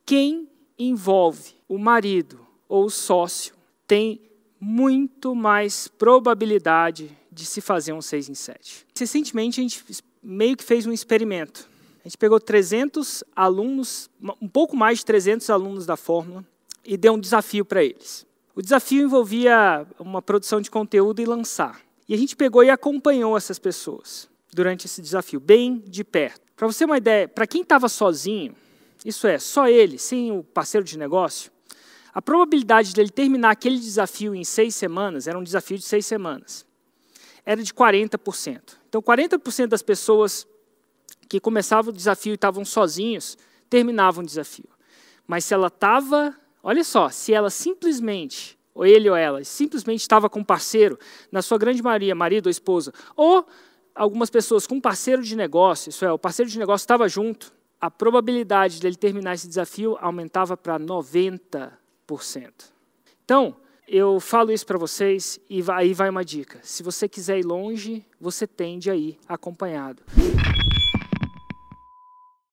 quem envolve o marido ou o sócio tem muito mais probabilidade de se fazer um 6 em 7. Recentemente, a gente meio que fez um experimento. A gente pegou 300 alunos, um pouco mais de 300 alunos da Fórmula, e deu um desafio para eles. O desafio envolvia uma produção de conteúdo e lançar. E a gente pegou e acompanhou essas pessoas durante esse desafio, bem de perto. Para você ter uma ideia, para quem estava sozinho, isso é, só ele, sem o parceiro de negócio, a probabilidade dele terminar aquele desafio em 6 semanas, era um desafio de 6 semanas, era de 40%. Então, 40% das pessoas que começavam o desafio e estavam sozinhos, terminavam o desafio. Mas se ela estava, olha só, se ela simplesmente, ou ele ou ela, simplesmente estava com um parceiro, na sua grande maioria, marido ou esposa, ou algumas pessoas com um parceiro de negócio, isso é, o parceiro de negócio estava junto, a probabilidade dele terminar esse desafio aumentava para 90%. Então, eu falo isso para vocês e aí vai uma dica. Se você quiser ir longe, você tende a ir acompanhado.